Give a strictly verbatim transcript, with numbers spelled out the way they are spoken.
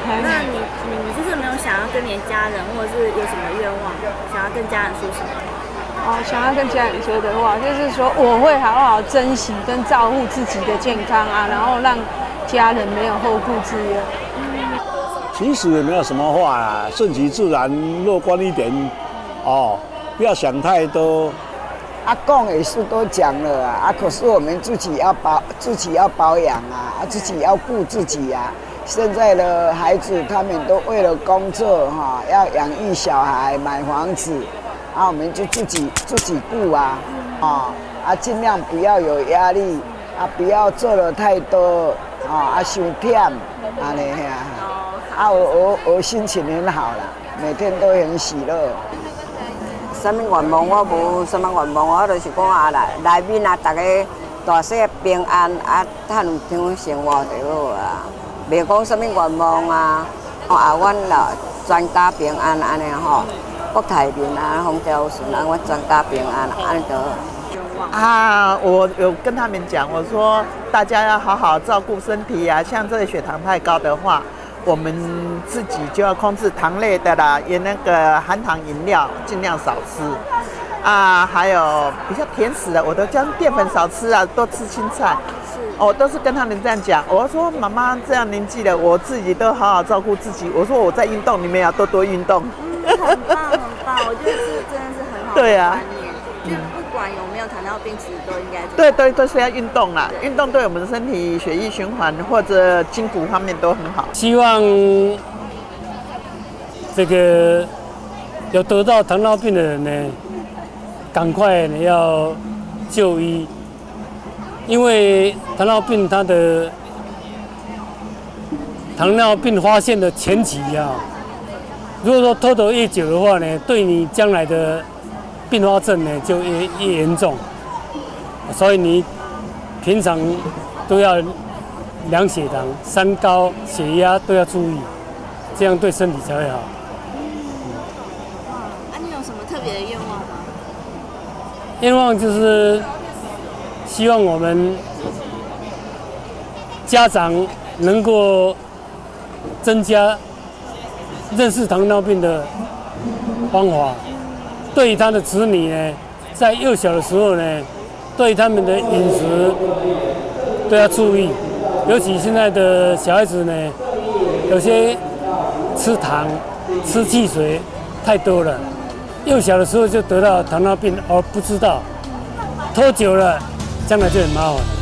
那你你就是没有想要跟你的家人，或者是有什么愿望，想要跟家人说什么？ 哦，想要跟家人说的话，就是说我会好好珍惜跟照顾自己的健康啊，然后让家人没有后顾之忧。 其实也没有什么话啦，顺其自然，乐观一点，哦，不要想太多。 阿公也是都讲了啊，啊，可是我们自己要保，自己要保养啊，啊，自己要顾自己啊。现在的孩子他们都为了工作哈、啊，要养育小孩、买房子，啊，我们就自己自己顾啊，啊啊，尽量不要有压力啊，不要做了太多啊，啊，伤忝，安尼呀。啊，我我我心情很好啦，每天都很喜乐。 什么愿望我无什么愿望，我就是讲啊来内面啊，大家大小平安啊，趁张生活就好啊。袂讲什么愿望啊，啊，阮啦全家平安安尼吼，国泰民安，风调顺安，阮全家平安安尼就好。 啊，我有跟他们讲，我说大家要好好照顾身体啊，像这个血糖太高的话。我们自己就要控制糖类的啦，也那个含糖饮料尽量少吃啊，还有比较甜食的，我都将淀粉少吃啊，多吃青菜。我、哦、都是跟他们这样讲。我说妈妈这样年纪了，我自己都好好照顾自己。我说我在运动，你们也要多多运动。 嗯，很棒很棒，我觉得这真的是很好的对啊观念。就不管有没有糖尿病，其实都应该做。 对对，都是要运动啦，运动对我们的身体血液循环或者筋骨方面都很好。 希望这个有得到糖尿病的人呢，赶快呢要就医，因为糖尿病它的糖尿病发现的前期啊，如果说拖得越久的话呢，对你将来的并发症呢就越越严重，所以你平常都要量血糖、三高、血压都要注意，这样对身体才会好。 哇，啊，你有什么特别的愿望吗？ 愿望就是希望我们家长能够增加认识糖尿病的方法。对于他的子女呢，在幼小的时候呢，对他们的饮食都要注意，尤其现在的小孩子呢，有些吃糖、吃汽水太多了，幼小的时候就得到糖尿病而不知道，拖久了，将来就很麻烦。